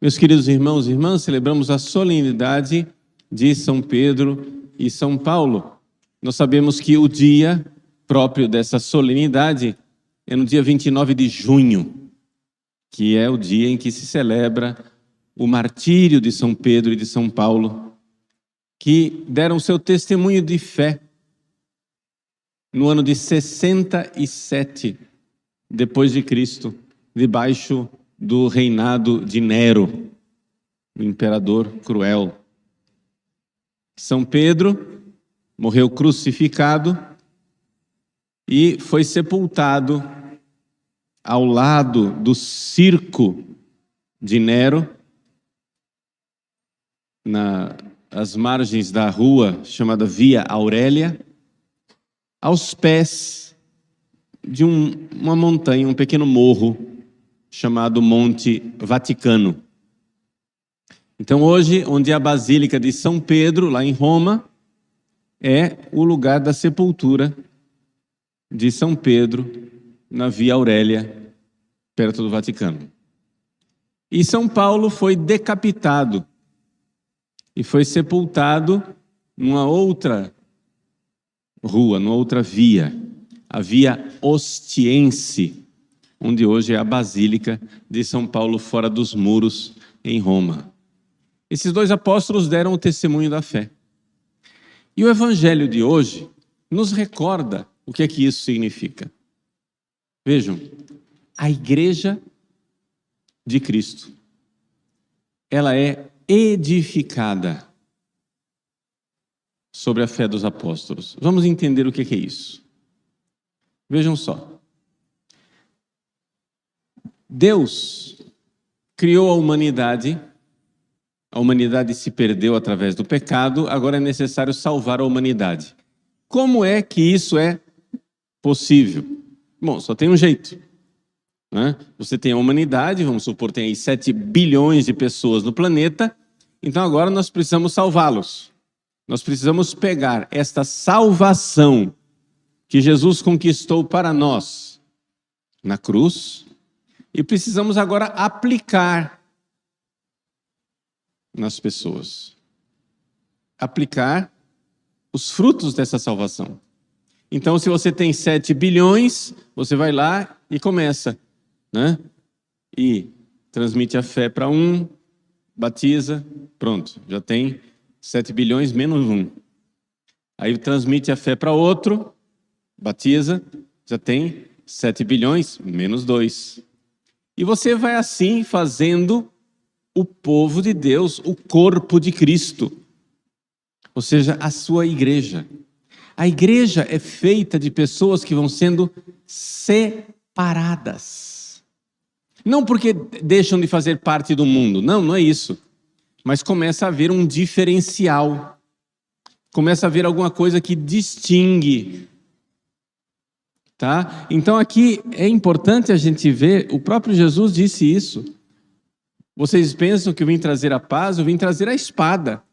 Meus queridos irmãos e irmãs, celebramos a solenidade de São Pedro e São Paulo. Nós sabemos que o dia próprio dessa solenidade é no dia 29 de junho, que é o dia em que se celebra o martírio de São Pedro e de São Paulo, que deram seu testemunho de fé no ano de 67 depois de Cristo, debaixo do reinado de Nero, o imperador cruel. São Pedro morreu crucificado e foi sepultado ao lado do circo de Nero, às margens da rua chamada Via Aurélia, aos pés de uma montanha, um pequeno morro chamado Monte Vaticano. Então hoje, onde é a Basílica de São Pedro, lá em Roma, é o lugar da sepultura de São Pedro na Via Aurélia, perto do Vaticano. E São Paulo foi decapitado e foi sepultado numa outra rua, numa outra via, a Via Ostiense, onde hoje é a Basílica de São Paulo, fora dos muros, em Roma. Esses dois apóstolos deram o testemunho da fé. E o Evangelho de hoje nos recorda o que é que isso significa. Vejam, a Igreja de Cristo, ela é edificada sobre a fé dos apóstolos. Vamos entender o que é isso. Vejam só. Deus criou a humanidade se perdeu através do pecado, agora é necessário salvar a humanidade. Como é que isso é possível? Bom, só tem um jeito, né? Você tem a humanidade, vamos supor, tem aí 7 bilhões de pessoas no planeta, então agora nós precisamos salvá-los. Nós precisamos pegar esta salvação que Jesus conquistou para nós na cruz e precisamos agora aplicar nas pessoas. Aplicar os frutos dessa salvação. Então, se você tem 7 bilhões, você vai lá e começa, né? E transmite a fé para um, batiza, pronto, já tem 7 bilhões menos um. Aí transmite a fé para outro, batiza, já tem 7 bilhões menos 2. E você vai assim fazendo o povo de Deus, o corpo de Cristo, ou seja, a sua igreja. A igreja é feita de pessoas que vão sendo separadas. Não porque deixam de fazer parte do mundo, não é isso. Mas começa a haver um diferencial. Começa a haver alguma coisa que distingue. Tá? Então aqui é importante a gente ver, o próprio Jesus disse isso. Vocês pensam que eu vim trazer a paz, eu vim trazer a espada.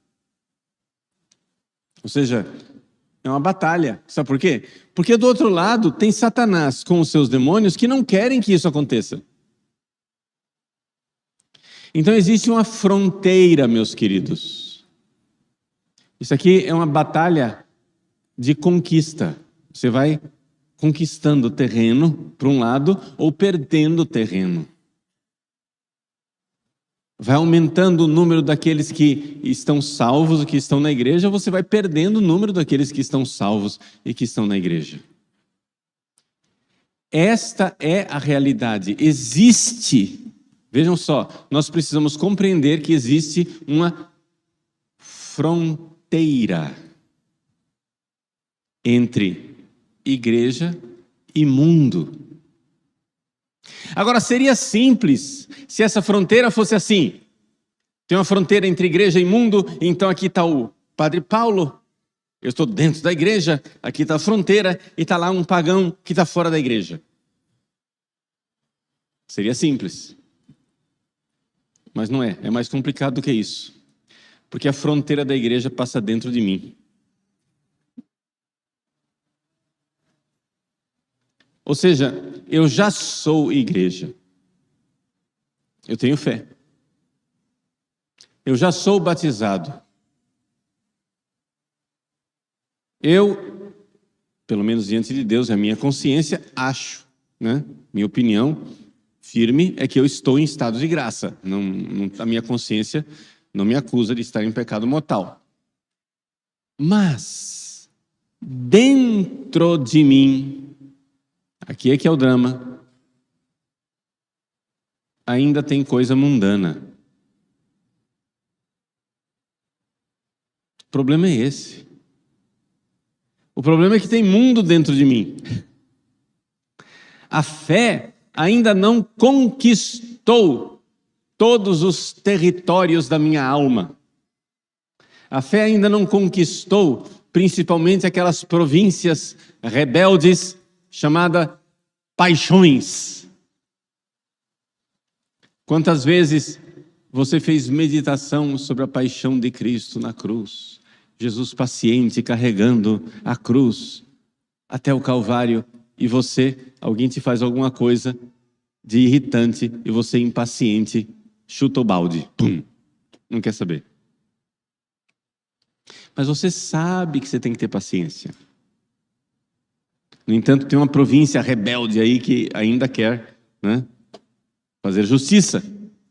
Ou seja, é uma batalha. Sabe por quê? Porque do outro lado tem Satanás com os seus demônios que não querem que isso aconteça. Então existe uma fronteira, meus queridos. Isso aqui é uma batalha de conquista. Você vai conquistando terreno para um lado ou perdendo terreno. Vai aumentando o número daqueles que estão salvos, que estão na igreja, você vai perdendo o número daqueles que estão salvos e que estão na igreja. Esta é a realidade. Existe, vejam só, nós precisamos compreender que existe uma fronteira entre igreja e mundo. Agora, seria simples se essa fronteira fosse assim. Tem uma fronteira entre igreja e mundo, então aqui está o Padre Paulo, eu estou dentro da igreja, aqui está a fronteira, e está lá um pagão que está fora da igreja. Seria simples. Mas não é mais complicado do que isso. Porque a fronteira da igreja passa dentro de mim. Ou seja, eu já sou igreja. Eu tenho fé. Eu já sou batizado. Eu, pelo menos diante de Deus, a minha consciência, acho, né? Minha opinião firme é que eu estou em estado de graça. A minha consciência não me acusa de estar em pecado mortal. Mas, dentro de mim, aqui é que é o drama, ainda tem coisa mundana. O problema é esse. O problema é que tem mundo dentro de mim. A fé ainda não conquistou todos os territórios da minha alma. A fé ainda não conquistou, principalmente aquelas províncias rebeldes chamadas paixões. Quantas vezes você fez meditação sobre a paixão de Cristo na cruz? Jesus paciente, carregando a cruz até o Calvário, e alguém te faz alguma coisa de irritante, e você impaciente, chuta o balde, pum, não quer saber. Mas você sabe que você tem que ter paciência. No entanto, tem uma província rebelde aí que ainda quer, né, fazer justiça.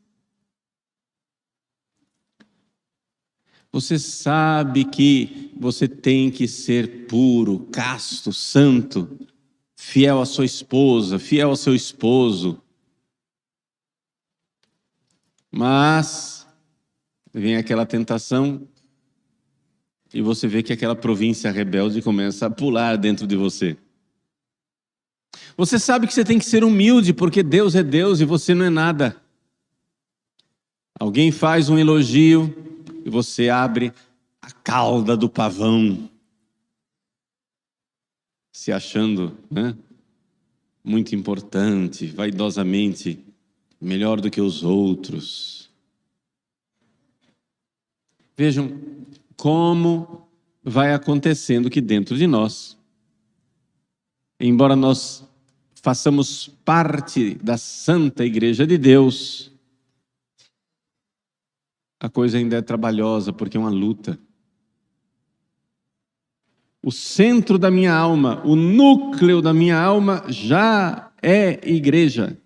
Você sabe que você tem que ser puro, casto, santo, fiel à sua esposa, fiel ao seu esposo. Mas vem aquela tentação e você vê que aquela província rebelde começa a pular dentro de você. Você sabe que você tem que ser humilde, porque Deus é Deus e você não é nada. Alguém faz um elogio e você abre a cauda do pavão, se achando, né, muito importante, vaidosamente melhor do que os outros. Vejam como vai acontecendo que dentro de nós, embora nós façamos parte da Santa Igreja de Deus, a coisa ainda é trabalhosa, porque é uma luta. O centro da minha alma, o núcleo da minha alma já é igreja.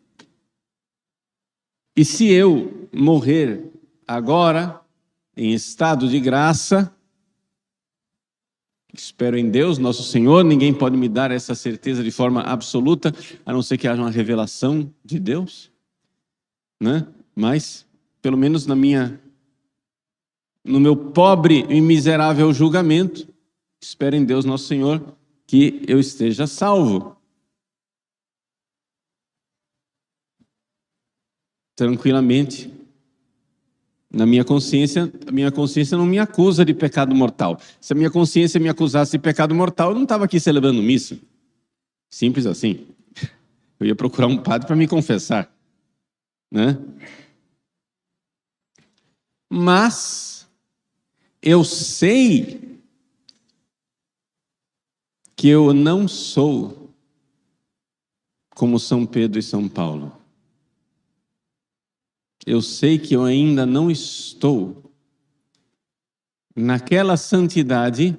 E se eu morrer agora, em estado de graça, espero em Deus, nosso Senhor, ninguém pode me dar essa certeza de forma absoluta, a não ser que haja uma revelação de Deus, né? Mas, pelo menos no meu pobre e miserável julgamento, espero em Deus, nosso Senhor, que eu esteja salvo. Tranquilamente. A minha consciência não me acusa de pecado mortal. Se a minha consciência me acusasse de pecado mortal, eu não estava aqui celebrando missa. Simples assim. Eu ia procurar um padre para me confessar, né? Mas eu sei que eu não sou como São Pedro e São Paulo. Eu sei que eu ainda não estou naquela santidade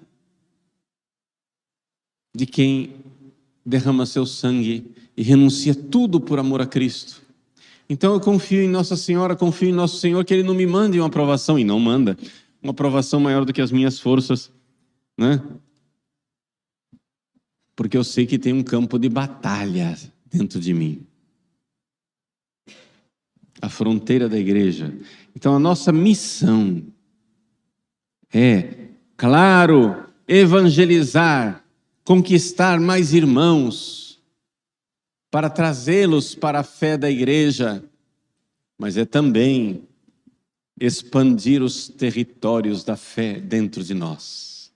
de quem derrama seu sangue e renuncia tudo por amor a Cristo. Então eu confio em Nossa Senhora, confio em Nosso Senhor, que Ele não me mande uma aprovação, e não manda, uma aprovação maior do que as minhas forças, né? Porque eu sei que tem um campo de batalha dentro de mim. A fronteira da igreja. Então a nossa missão é, claro, evangelizar, conquistar mais irmãos, para trazê-los para a fé da igreja, mas é também expandir os territórios da fé dentro de nós.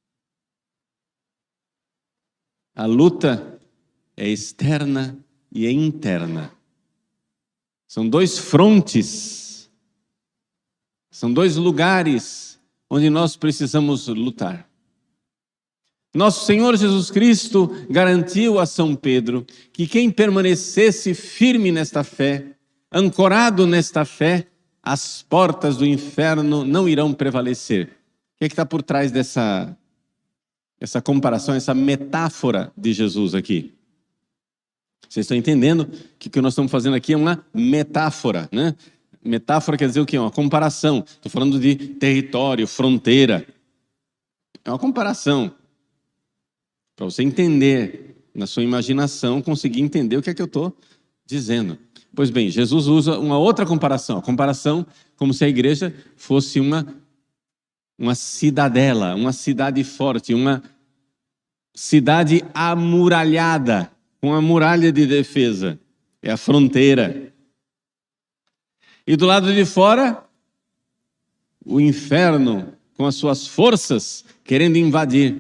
A luta é externa e é interna. São dois frontes, são dois lugares onde nós precisamos lutar. Nosso Senhor Jesus Cristo garantiu a São Pedro que quem permanecesse firme nesta fé, ancorado nesta fé, as portas do inferno não irão prevalecer. O que está por trás dessa comparação, essa metáfora de Jesus aqui? Vocês estão entendendo que o que nós estamos fazendo aqui é uma metáfora, né? Metáfora quer dizer o quê? Uma comparação. Estou falando de território, fronteira. É uma comparação. Para você entender, na sua imaginação, conseguir entender o que é que eu estou dizendo. Pois bem, Jesus usa uma outra comparação. A comparação como se a igreja fosse uma cidadela, uma cidade forte, uma cidade amuralhada, com a muralha de defesa. É a fronteira. E do lado de fora, o inferno com as suas forças querendo invadir.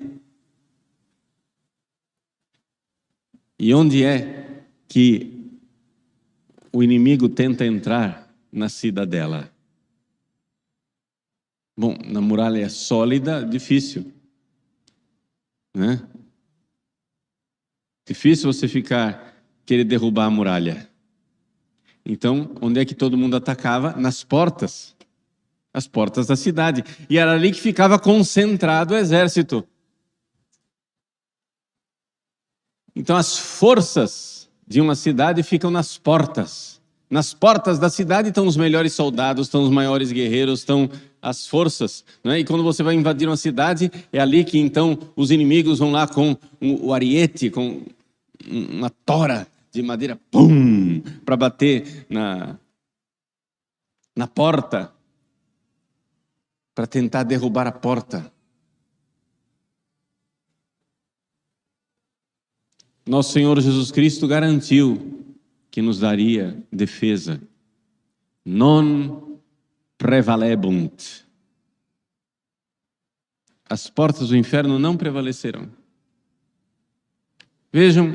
E onde é que o inimigo tenta entrar na cidadela? Bom, na muralha sólida, difícil, né? Difícil você querer derrubar a muralha. Então, onde é que todo mundo atacava? Nas portas. As portas da cidade. E era ali que ficava concentrado o exército. Então, as forças de uma cidade ficam nas portas. Nas portas da cidade estão os melhores soldados, estão os maiores guerreiros, estão as forças, né? E quando você vai invadir uma cidade, é ali que então os inimigos vão lá com o ariete, com uma tora de madeira, pum, para bater na porta, para tentar derrubar a porta. Nosso Senhor Jesus Cristo garantiu que nos daria defesa. Non prevalebunt. As portas do inferno não prevalecerão. Vejam,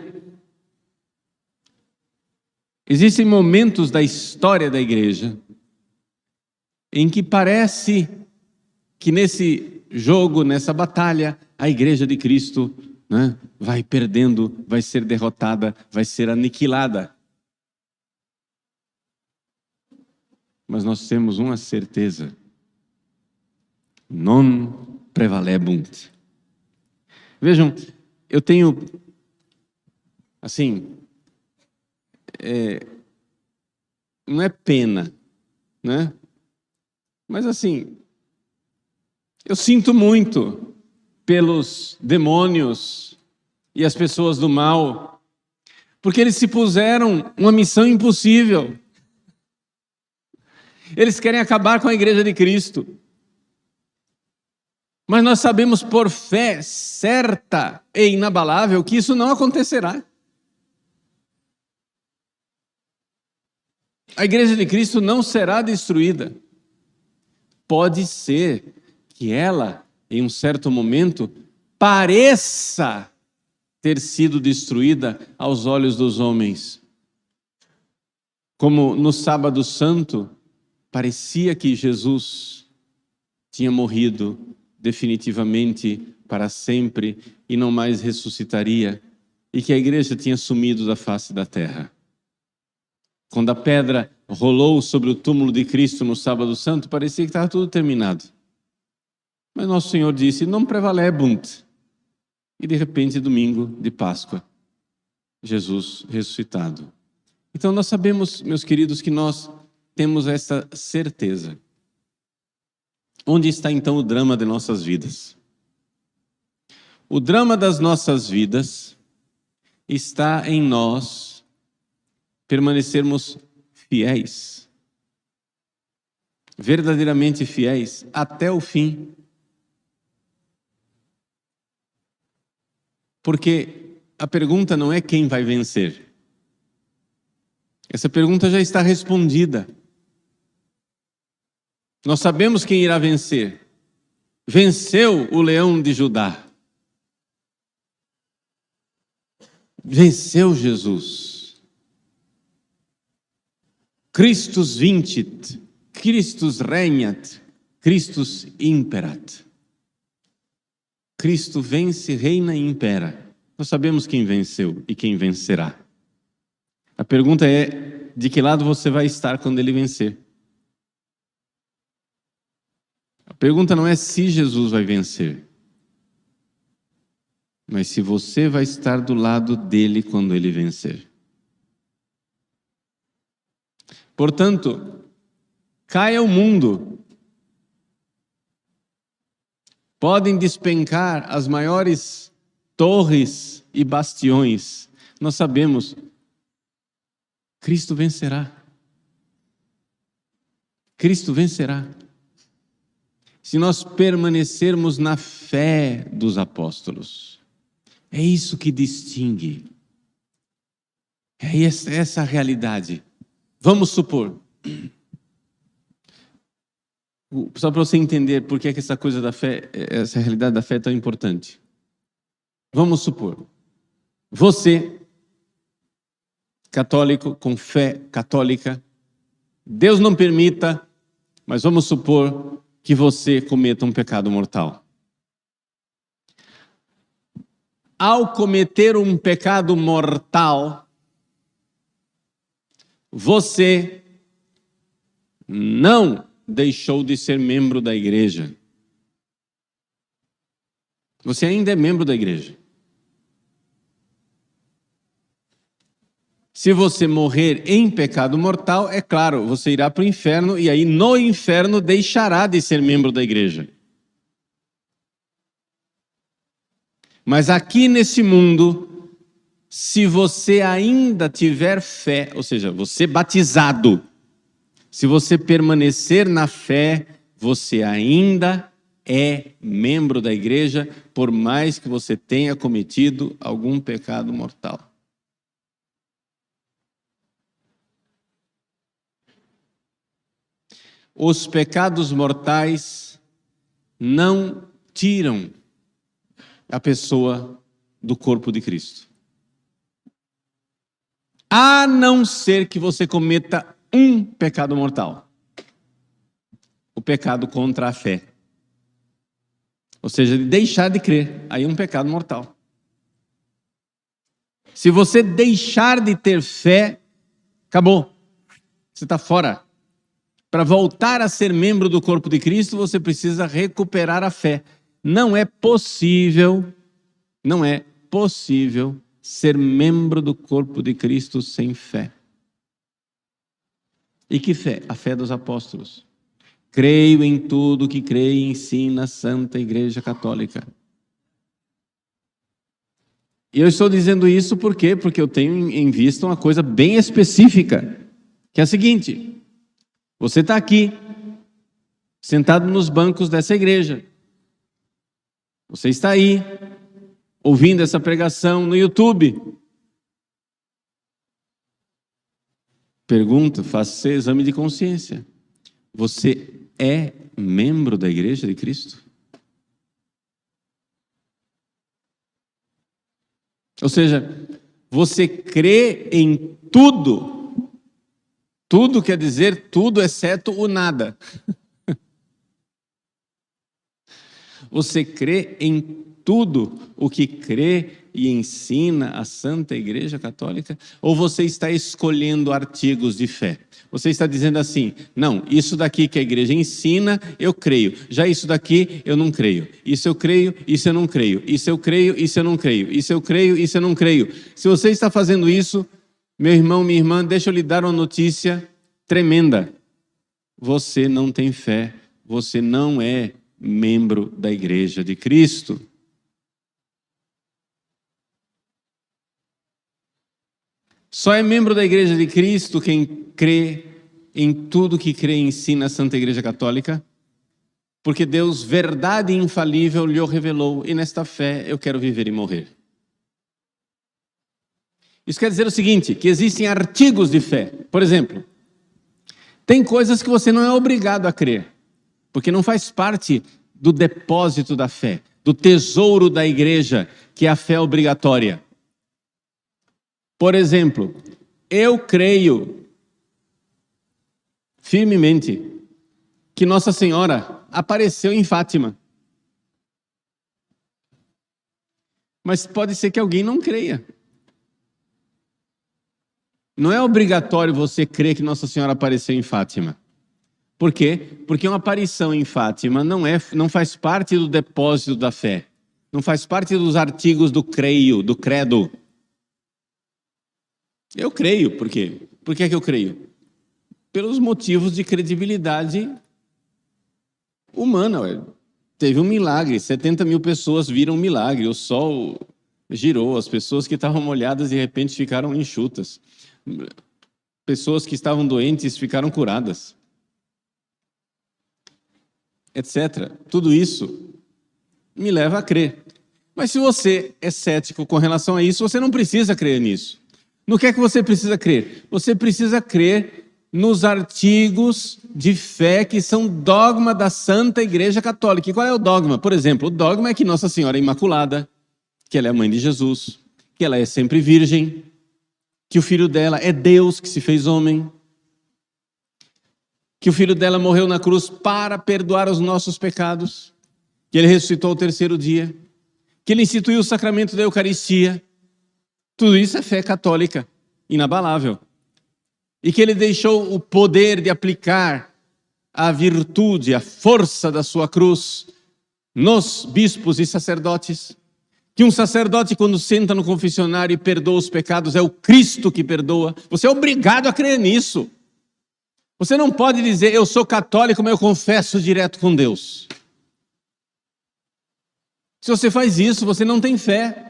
existem momentos da história da igreja em que parece que nesse jogo, nessa batalha, a igreja de Cristo, né, vai perdendo, vai ser derrotada, vai ser aniquilada. Mas nós temos uma certeza: non prevalebunt. Vejam, eu tenho, assim, não é pena, né? Mas assim, eu sinto muito pelos demônios e as pessoas do mal, porque eles se puseram uma missão impossível. Eles querem acabar com a igreja de Cristo. Mas nós sabemos por fé certa e inabalável que isso não acontecerá. A igreja de Cristo não será destruída. Pode ser que ela, em um certo momento, pareça ter sido destruída aos olhos dos homens. Como no Sábado Santo, parecia que Jesus tinha morrido definitivamente para sempre e não mais ressuscitaria, e que a igreja tinha sumido da face da terra. Quando a pedra rolou sobre o túmulo de Cristo no Sábado Santo, parecia que estava tudo terminado. Mas nosso Senhor disse, non prevalebunt. E de repente, domingo de Páscoa, Jesus ressuscitado. Então nós sabemos, meus queridos, que nós temos essa certeza. Onde está então o drama de nossas vidas? O drama das nossas vidas está em nós permanecermos fiéis, verdadeiramente fiéis até o fim. Porque a pergunta não é quem vai vencer. Essa pergunta já está respondida. Nós sabemos quem irá vencer. Venceu o leão de Judá. Venceu Jesus. Christus vincit, Christus regnat, Christus imperat. Cristo vence, reina e impera. Nós sabemos quem venceu e quem vencerá. A pergunta é, de que lado você vai estar quando ele vencer? pergunta não é se Jesus vai vencer, mas se você vai estar do lado dele quando ele vencer. Portanto, caia o mundo. Podem despencar as maiores torres e bastiões. Nós sabemos, Cristo vencerá. Cristo vencerá. Se nós permanecermos na fé dos apóstolos. É isso que distingue. É essa a realidade. Vamos supor, só para você entender por que essa coisa da fé, essa realidade da fé é tão importante. Vamos supor, você, católico, com fé católica, Deus não permita, mas vamos supor que você cometa um pecado mortal. Ao cometer um pecado mortal, você não deixou de ser membro da igreja. Você ainda é membro da igreja. Se você morrer em pecado mortal, é claro, você irá para o inferno e aí no inferno deixará de ser membro da igreja. Mas aqui nesse mundo, se você ainda tiver fé, ou seja, você batizado, se você permanecer na fé, você ainda é membro da igreja, por mais que você tenha cometido algum pecado mortal. Os pecados mortais não tiram a pessoa do corpo de Cristo. A não ser que você cometa um pecado mortal. O pecado contra a fé. Ou seja, de deixar de crer. Aí é um pecado mortal. Se você deixar de ter fé, acabou. Você está fora. Para voltar a ser membro do corpo de Cristo, você precisa recuperar a fé. Não é possível ser membro do corpo de Cristo sem fé. E que fé? A fé dos apóstolos. Creio em tudo que creio e ensina a Santa Igreja Católica. E eu estou dizendo isso por quê? Porque eu tenho em vista uma coisa bem específica, que é a seguinte: você está aqui, sentado nos bancos dessa igreja. Você está aí, ouvindo essa pregação no YouTube. Pergunta, faça exame de consciência. Você é membro da Igreja de Cristo? Ou seja, você crê em tudo. Tudo quer dizer tudo exceto o nada. Você crê em tudo o que crê e ensina a Santa Igreja Católica? Ou você está escolhendo artigos de fé? Você está dizendo assim: não, isso daqui que a igreja ensina, eu creio. Já isso daqui, eu não creio. Isso eu creio, isso eu não creio. Isso eu creio, isso eu não creio. Isso eu creio, isso eu não creio. Se você está fazendo isso, meu irmão, minha irmã, deixa eu lhe dar uma notícia tremenda. Você não tem fé. Você não é membro da Igreja de Cristo. Só é membro da Igreja de Cristo quem crê em tudo que crê e ensina a Santa Igreja Católica, porque Deus, verdade infalível, lhe revelou, e nesta fé eu quero viver e morrer. Isso quer dizer o seguinte, que existem artigos de fé. Por exemplo, tem coisas que você não é obrigado a crer, porque não faz parte do depósito da fé, do tesouro da igreja, que é a fé obrigatória. Por exemplo, eu creio firmemente que Nossa Senhora apareceu em Fátima. Mas pode ser que alguém não creia. Não é obrigatório você crer que Nossa Senhora apareceu em Fátima. Por quê? Porque uma aparição em Fátima não faz parte do depósito da fé. Não faz parte dos artigos do credo. Eu creio, por quê? Por que é que eu creio? Pelos motivos de credibilidade humana. Ué. Teve um milagre, 70 mil pessoas viram um milagre, o sol girou, as pessoas que estavam molhadas de repente ficaram enxutas. Pessoas que estavam doentes ficaram curadas. Etc. Tudo isso me leva a crer. Mas se você é cético com relação a isso, você não precisa crer nisso. No que é que você precisa crer? Você precisa crer nos artigos de fé que são dogma da Santa Igreja Católica. E qual é o dogma? Por exemplo, o dogma é que Nossa Senhora é Imaculada, que ela é a mãe de Jesus, que ela é sempre virgem, que o filho dela é Deus que se fez homem, que o filho dela morreu na cruz para perdoar os nossos pecados, que ele ressuscitou ao terceiro dia, que ele instituiu o sacramento da Eucaristia. Tudo isso é fé católica, inabalável. E que ele deixou o poder de aplicar a virtude, a força da sua cruz nos bispos e sacerdotes. Que um sacerdote, quando senta no confessionário e perdoa os pecados, é o Cristo que perdoa. Você é obrigado a crer nisso. Você não pode dizer, eu sou católico, mas eu confesso direto com Deus. Se você faz isso, você não tem fé.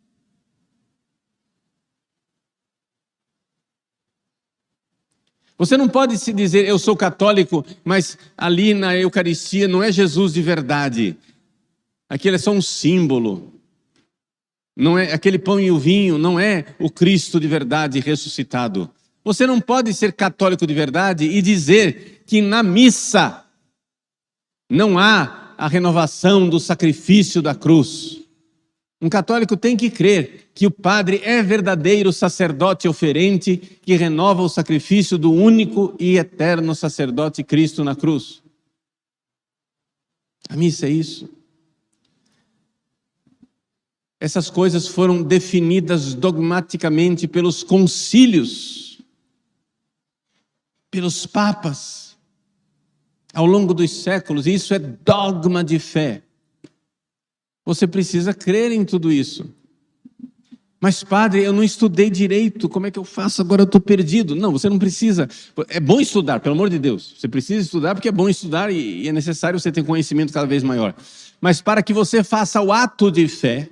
Você não pode se dizer, eu sou católico, mas ali na Eucaristia não é Jesus de verdade. Aquilo é só um símbolo. Não é aquele pão e o vinho, não é o Cristo de verdade ressuscitado. Você não pode ser católico de verdade e dizer que na missa não há a renovação do sacrifício da cruz. Um católico tem que crer que o padre é verdadeiro sacerdote oferente que renova o sacrifício do único e eterno sacerdote Cristo na cruz. A missa é isso. Essas coisas foram definidas dogmaticamente pelos concílios, pelos papas, ao longo dos séculos. Isso é dogma de fé. Você precisa crer em tudo isso. Mas, padre, eu não estudei direito, como é que eu faço? Agora eu estou perdido. Não, você não precisa. É bom estudar, pelo amor de Deus. Você precisa estudar porque é bom estudar e é necessário você ter conhecimento cada vez maior. Mas para que você faça o ato de fé,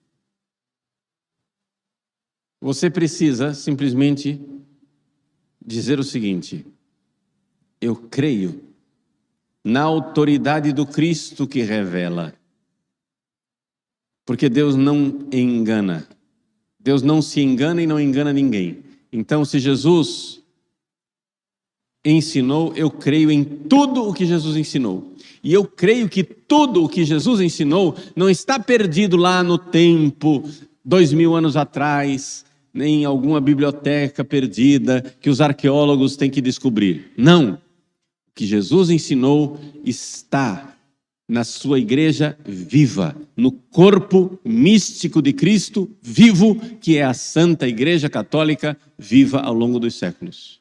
você precisa simplesmente dizer o seguinte: eu creio na autoridade do Cristo que revela. Porque Deus não engana. Deus não se engana e não engana ninguém. Então, se Jesus ensinou, eu creio em tudo o que Jesus ensinou. E eu creio que tudo o que Jesus ensinou não está perdido lá no tempo, 2000 anos atrás, nem em alguma biblioteca perdida que os arqueólogos têm que descobrir. Não. O que Jesus ensinou está na sua igreja viva, no corpo místico de Cristo vivo, que é a Santa Igreja Católica viva ao longo dos séculos.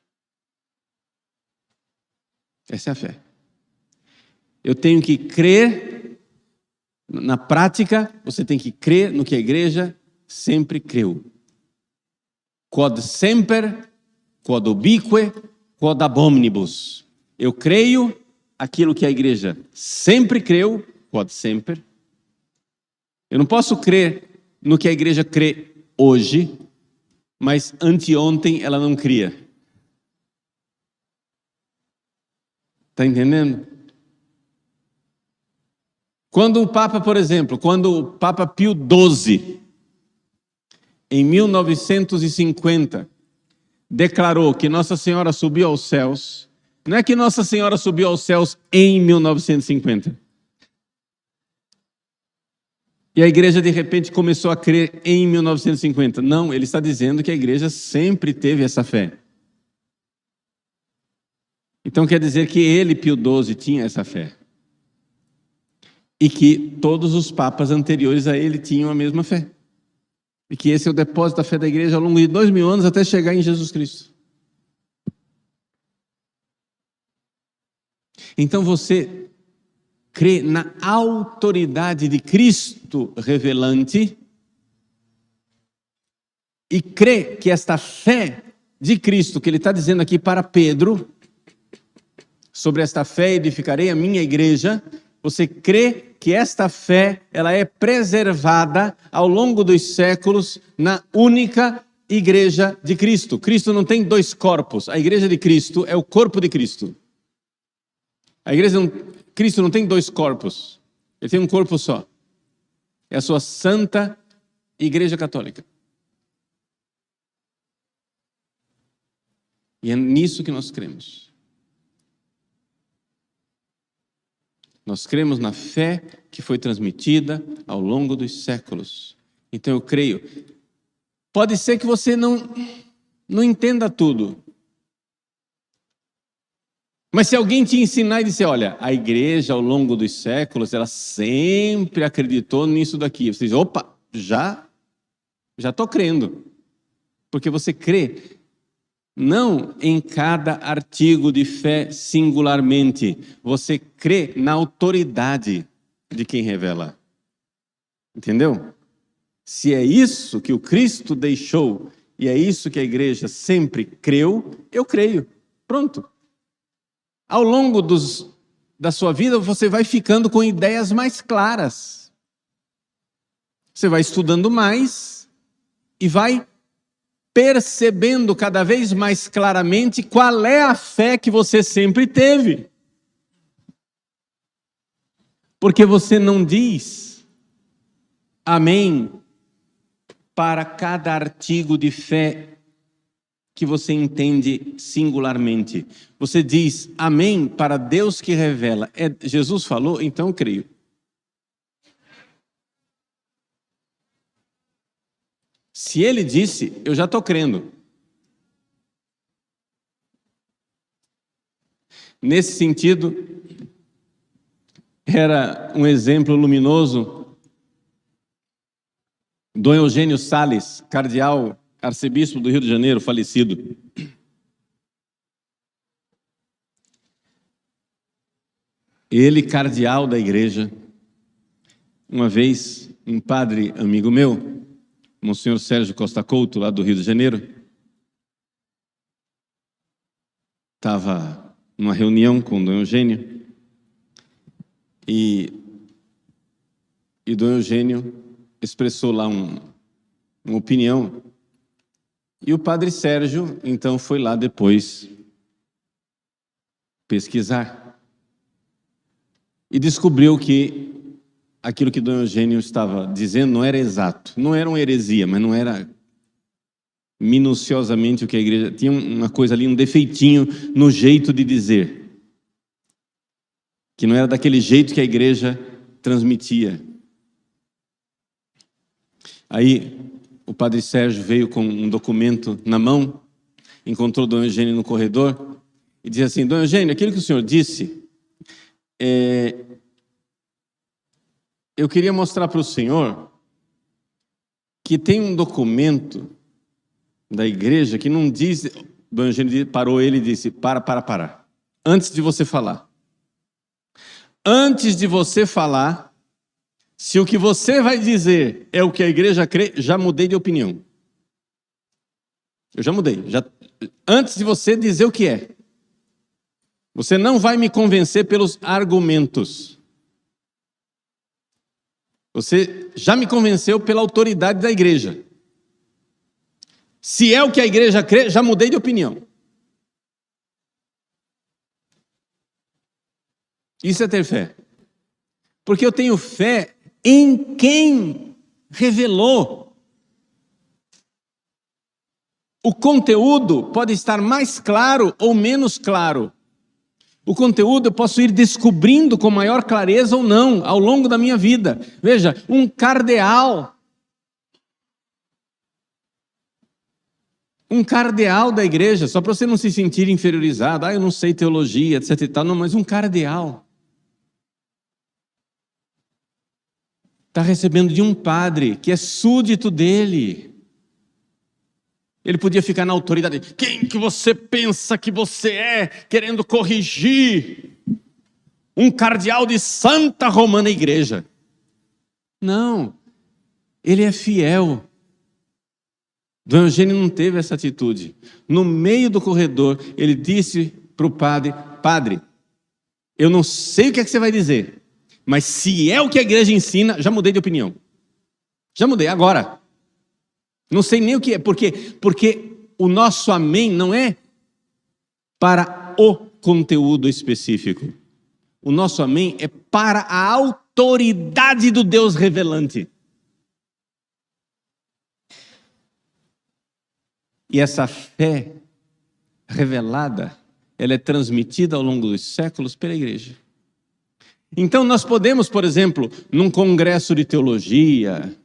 Essa é a fé. Eu tenho que crer, na prática, você tem que crer no que a igreja sempre creu. Quod semper, quod ubique, quod ab omnibus. Eu creio aquilo que a igreja sempre creu, quod semper. Eu não posso crer no que a igreja crê hoje, mas anteontem ela não cria. Está entendendo? Quando o Papa, por exemplo, quando o Papa Pio XII, em 1950, declarou que Nossa Senhora subiu aos céus, não é que Nossa Senhora subiu aos céus em 1950. E a igreja de repente começou a crer em 1950. Não, ele está dizendo que a igreja sempre teve essa fé. Então quer dizer que ele, Pio XII, tinha essa fé. E que todos os papas anteriores a ele tinham a mesma fé. E que esse é o depósito da fé da igreja ao longo de 2000 anos até chegar em Jesus Cristo. Então você crê na autoridade de Cristo revelante e crê que esta fé de Cristo, que ele está dizendo aqui para Pedro, sobre esta fé edificarei a minha igreja, você crê que esta fé ela é preservada ao longo dos séculos na única igreja de Cristo. Cristo não tem dois corpos, a igreja de Cristo é o corpo de Cristo. Cristo não tem dois corpos, ele tem um corpo só. É a sua santa igreja católica. E é nisso que nós cremos. Nós cremos na fé que foi transmitida ao longo dos séculos. Então eu creio. Pode ser que você não entenda tudo. Mas se alguém te ensinar e disser, olha, a igreja ao longo dos séculos, ela sempre acreditou nisso daqui. Você diz, opa, já estou crendo. Porque você crê não em cada artigo de fé singularmente. Você crê na autoridade de quem revela. Entendeu? Se é isso que o Cristo deixou e é isso que a igreja sempre creu, eu creio. Pronto. Ao longo da sua vida, você vai ficando com ideias mais claras. Você vai estudando mais e vai percebendo cada vez mais claramente qual é a fé que você sempre teve. Porque você não diz amém para cada artigo de fé que você entende singularmente. Você diz amém para Deus que revela. Jesus falou, então eu creio. Se ele disse, eu já estou crendo. Nesse sentido, era um exemplo luminoso Dom Eugênio Salles, cardeal, arcebispo do Rio de Janeiro, falecido. Ele, cardeal da igreja, uma vez, um padre amigo meu, Monsenhor Sérgio Costa Couto, lá do Rio de Janeiro, estava numa reunião com Dom Eugênio e Dom Eugênio expressou lá uma opinião e o padre Sérgio então foi lá depois pesquisar e descobriu que aquilo que Dom Eugênio estava dizendo não era exato, não era uma heresia, mas não era minuciosamente o que a igreja... Tinha uma coisa ali, um defeitinho no jeito de dizer, que não era daquele jeito que a igreja transmitia. Aí o padre Sérgio veio com um documento na mão, encontrou Dom Eugênio no corredor e disse assim, Dom Eugênio, aquilo que o senhor disse... Eu queria mostrar para o senhor que tem um documento da igreja que não diz... Dom Eugênio parou ele e disse, para. Antes de você falar. Antes de você falar, se o que você vai dizer é o que a igreja crê, já mudei de opinião. Eu já mudei. Antes de você dizer o que é. Você não vai me convencer pelos argumentos. Você já me convenceu pela autoridade da igreja. Se é o que a igreja crê, já mudei de opinião. Isso é ter fé. Porque eu tenho fé em quem revelou. O conteúdo pode estar mais claro ou menos claro. O conteúdo eu posso ir descobrindo com maior clareza ou não, ao longo da minha vida. Veja, um cardeal da igreja, só para você não se sentir inferiorizado, eu não sei teologia, etc e tal, não, mas um cardeal está recebendo de um padre que é súdito dele. Ele podia ficar na autoridade. Quem que você pensa que você é, querendo corrigir um cardeal de Santa Romana Igreja. Não, ele é fiel. Dom Eugênio não teve essa atitude. No meio do corredor, ele disse para o padre: padre, eu não sei o que é que você vai dizer, mas se é o que a igreja ensina, já mudei de opinião. Já mudei, agora. Não sei nem o que é, porque o nosso amém não é para o conteúdo específico. O nosso amém é para a autoridade do Deus revelante. E essa fé revelada, ela é transmitida ao longo dos séculos pela igreja. Então nós podemos, por exemplo, num congresso de teologia,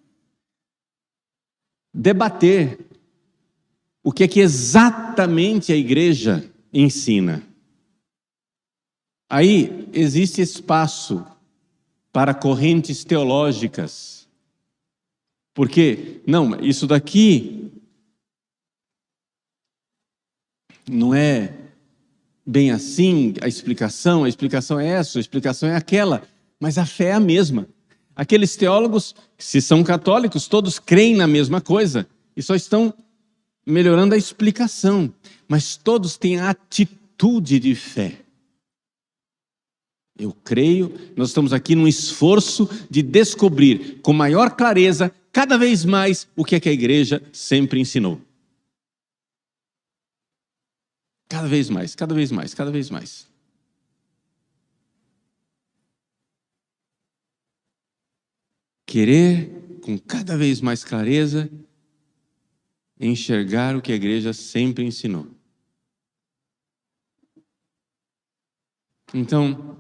debater o que é que exatamente a igreja ensina. Aí existe espaço para correntes teológicas. Porque, não, isso daqui não é bem assim, a explicação é essa, a explicação é aquela, mas a fé é a mesma. Aqueles teólogos, se são católicos, todos creem na mesma coisa e só estão melhorando a explicação, mas todos têm a atitude de fé. Eu creio, nós estamos aqui num esforço de descobrir com maior clareza, cada vez mais, o que é que a igreja sempre ensinou. Cada vez mais, cada vez mais, cada vez mais. Querer, com cada vez mais clareza, enxergar o que a igreja sempre ensinou. Então,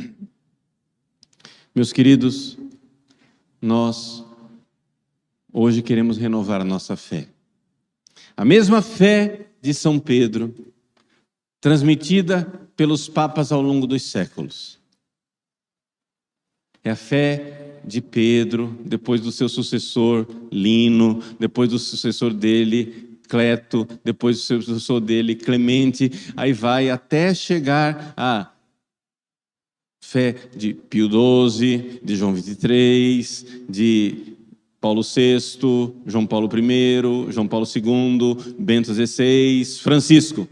meus queridos, nós hoje queremos renovar a nossa fé. A mesma fé de São Pedro, transmitida pelos papas ao longo dos séculos. É a fé de Pedro, depois do seu sucessor Lino, depois do sucessor dele Cleto, depois do seu sucessor dele Clemente, aí vai até chegar à fé de Pio XII, de João XXIII, de Paulo VI, João Paulo I, João Paulo II, Bento XVI, Francisco.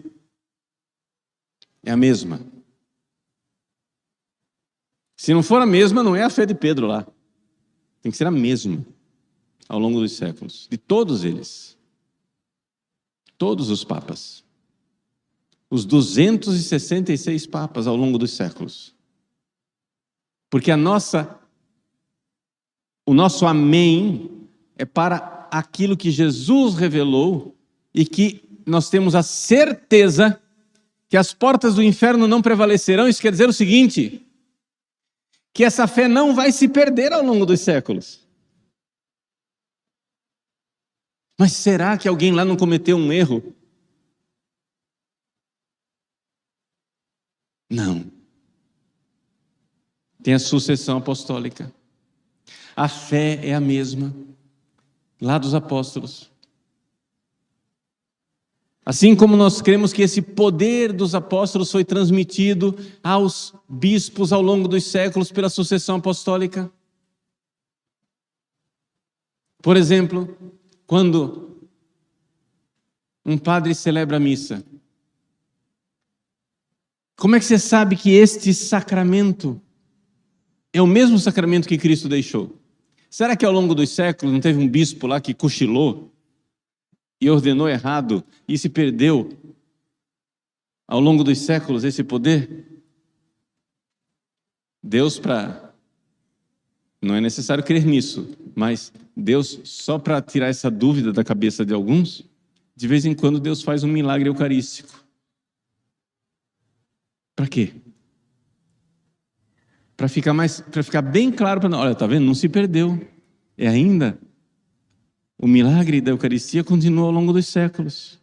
É a mesma. Se não for a mesma, não é a fé de Pedro lá. Tem que ser a mesma ao longo dos séculos, de todos eles. Todos os papas. Os 266 papas ao longo dos séculos. Porque o nosso amém é para aquilo que Jesus revelou e que nós temos a certeza que as portas do inferno não prevalecerão. Isso quer dizer o seguinte, que essa fé não vai se perder ao longo dos séculos. Mas será que alguém lá não cometeu um erro? Não. Tem a sucessão apostólica. A fé é a mesma lá dos apóstolos. Assim como nós cremos que esse poder dos apóstolos foi transmitido aos bispos ao longo dos séculos pela sucessão apostólica. Por exemplo, quando um padre celebra a missa, como é que você sabe que este sacramento é o mesmo sacramento que Cristo deixou? Será que ao longo dos séculos não teve um bispo lá que cochilou e ordenou errado e se perdeu ao longo dos séculos esse poder? Deus não é necessário crer nisso, mas Deus, só para tirar essa dúvida da cabeça de alguns, de vez em quando Deus faz um milagre eucarístico. Para quê? Para ficar bem claro para nós. Olha, tá vendo? Não se perdeu. É ainda o milagre da Eucaristia continua ao longo dos séculos.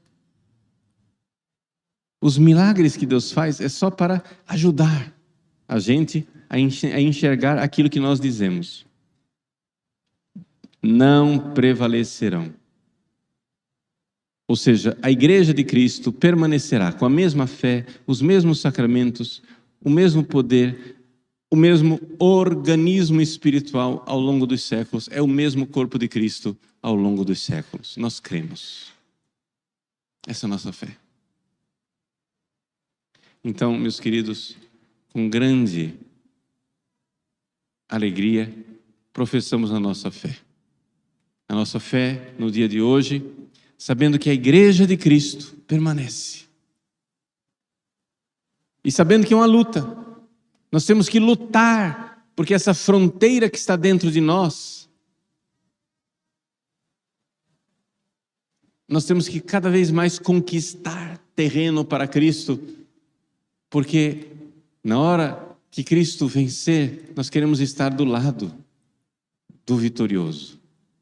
Os milagres que Deus faz é só para ajudar a gente a enxergar aquilo que nós dizemos. Não prevalecerão. Ou seja, a Igreja de Cristo permanecerá com a mesma fé, os mesmos sacramentos, o mesmo poder, o mesmo organismo espiritual ao longo dos séculos, é o mesmo corpo de Cristo ao longo dos séculos. Nós cremos. Essa é a nossa fé. Então, meus queridos, com grande alegria, professamos a nossa fé. A nossa fé no dia de hoje, sabendo que a Igreja de Cristo permanece. E sabendo que é uma luta. Nós temos que lutar, porque essa fronteira que está dentro de nós, nós temos que cada vez mais conquistar terreno para Cristo, porque na hora que Cristo vencer, nós queremos estar do lado do vitorioso.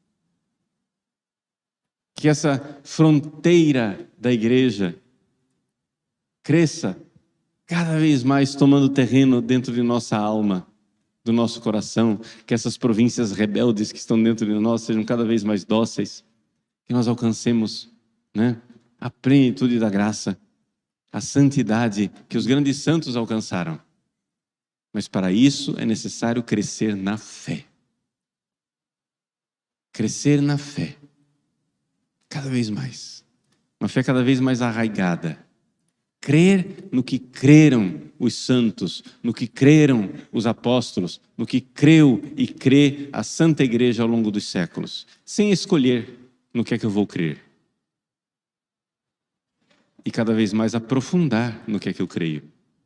Que essa fronteira da igreja cresça cada vez mais, tomando terreno dentro de nossa alma, do nosso coração, que essas províncias rebeldes que estão dentro de nós sejam cada vez mais dóceis, que nós alcancemos, a plenitude da graça, a santidade que os grandes santos alcançaram. Mas para isso é necessário crescer na fé. Crescer na fé, cada vez mais. Uma fé cada vez mais arraigada. Crer no que creram os santos, no que creram os apóstolos, no que creu e crê a Santa Igreja ao longo dos séculos, sem escolher no que é que eu vou crer. E cada vez mais aprofundar no que é que eu creio.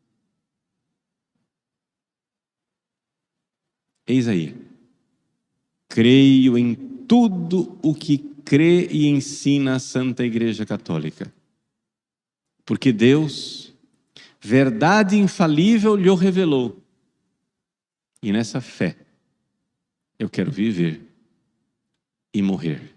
Eis aí. Creio em tudo o que crê e ensina a Santa Igreja Católica. Porque Deus, verdade infalível, lhe revelou. E nessa fé, eu quero viver e morrer.